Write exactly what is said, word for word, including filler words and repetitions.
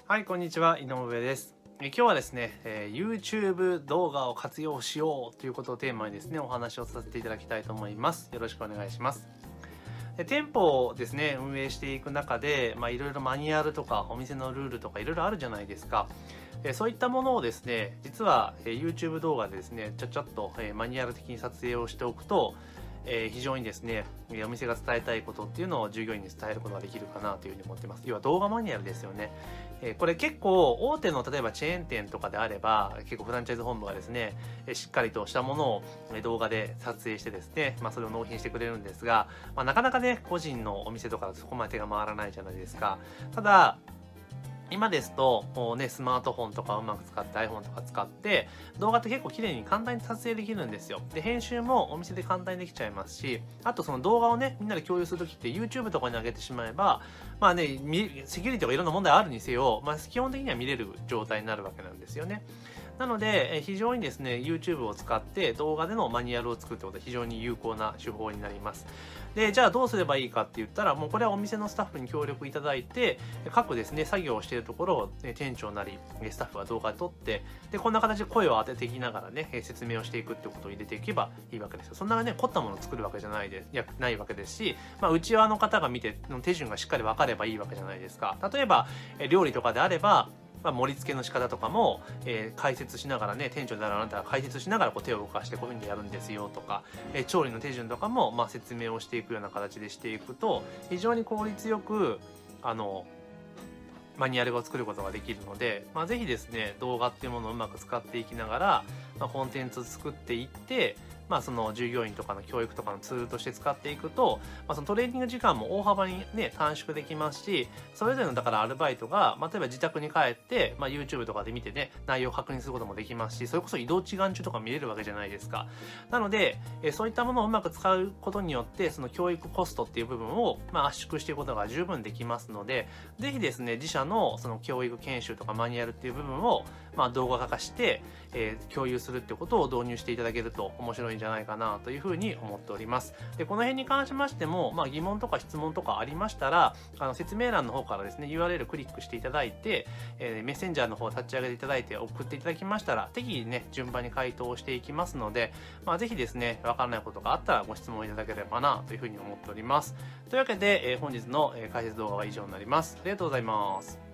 はい、こんにちは。井上です。え今日はですね、えー YouTube 動画を活用しようということをテーマにですね、お話をさせていただきたいと思います。よろしくお願いします。で店舗をですね、運営していく中で、まあ、いろいろマニュアルとかお店のルールとかいろいろあるじゃないですか。えそういったものをですね、実は、え YouTube 動画でですね、ちゃちゃっと、えマニュアル的に撮影をしておくと、えー非常にですね、お店が伝えたいことっていうのを従業員に伝えることができるかなというふうに思っています。要は動画マニュアルですよね。えーこれ結構大手の例えばチェーン店とかであれば、結構フランチャイズ本部がですね、えーしっかりとしたものをえー動画で撮影してですね、まあそれを納品してくれるんですが、まあなかなかね、個人のお店とかだとそこまで手が回らないじゃないですか。ただ、今ですと、もうね、スマートフォンとかうまく使って iPhone とか使って、動画って結構綺麗に簡単に撮影できるんですよ。で、編集もお店で簡単にできちゃいますし、あとその動画をね、みんなで共有するときって YouTube とかに上げてしまえば、まあね、みセキュリティとかいろんな問題あるにせよ、まあ基本的には見れる状態になるわけなんですよね。なので、え非常にですね、YouTube を使って動画でのマニュアルを作るってことは非常に有効な手法になります。で、じゃあどうすればいいかって言ったら、もうこれはお店のスタッフに協力いただいて、各ですね、作業をしているところを、ね、店長なり、スタッフは動画で撮って、で、こんな形で声を当てていきながらね、説明をしていくってことを入れていけばいいわけですよ。そんなね、凝ったものを作るわけじゃないで、いや、ないわけですし、まあ、内輪の方が見て、手順がしっかり分かればいいわけじゃないですか。例えば、料理とかであれば、まあ、盛り付けの仕方とかも、えー解説しながらね、店長であるあなたが解説しながらこう手を動かしてこういう風にやるんですよとか、えー調理の手順とかも、まあ、説明をしていくような形でしていくと、非常に効率よく、あの、マニュアルを作ることができるので、まあ、ぜひですね、動画っていうものをうまく使っていきながら、まあ、コンテンツを作っていって、まあ、その従業員とかの教育とかのツールとして使っていくと、まあ、そのトレーニング時間も大幅にね、短縮できますし、それぞれのだからアルバイトが、まあ、例えば自宅に帰って、まあ、YouTube とかで見てね、内容を確認することもできますし、それこそ移動時間中とか見れるわけじゃないですか。なので、えそういったものをうまく使うことによって、その教育コストっていう部分を、まあ、圧縮していくことが十分できますので、ぜひですね、自社のその教育研修とかマニュアルっていう部分を、まあ、動画化して、えー共有するってことを導入していただけると面白いんじゃないかなというふうに思っております。で、この辺に関しましても、まあ、疑問とか質問とかありましたら、あの説明欄の方からですね、ユーアールエル クリックしていただいて、えーメッセンジャーの方を立ち上げていただいて送っていただきましたら、適宜ね、順番に回答をしていきますので、まあ、ぜひですね、わからないことがあったらご質問いただければなというふうに思っております。というわけで、えー本日のえー解説動画は以上になります。ありがとうございます。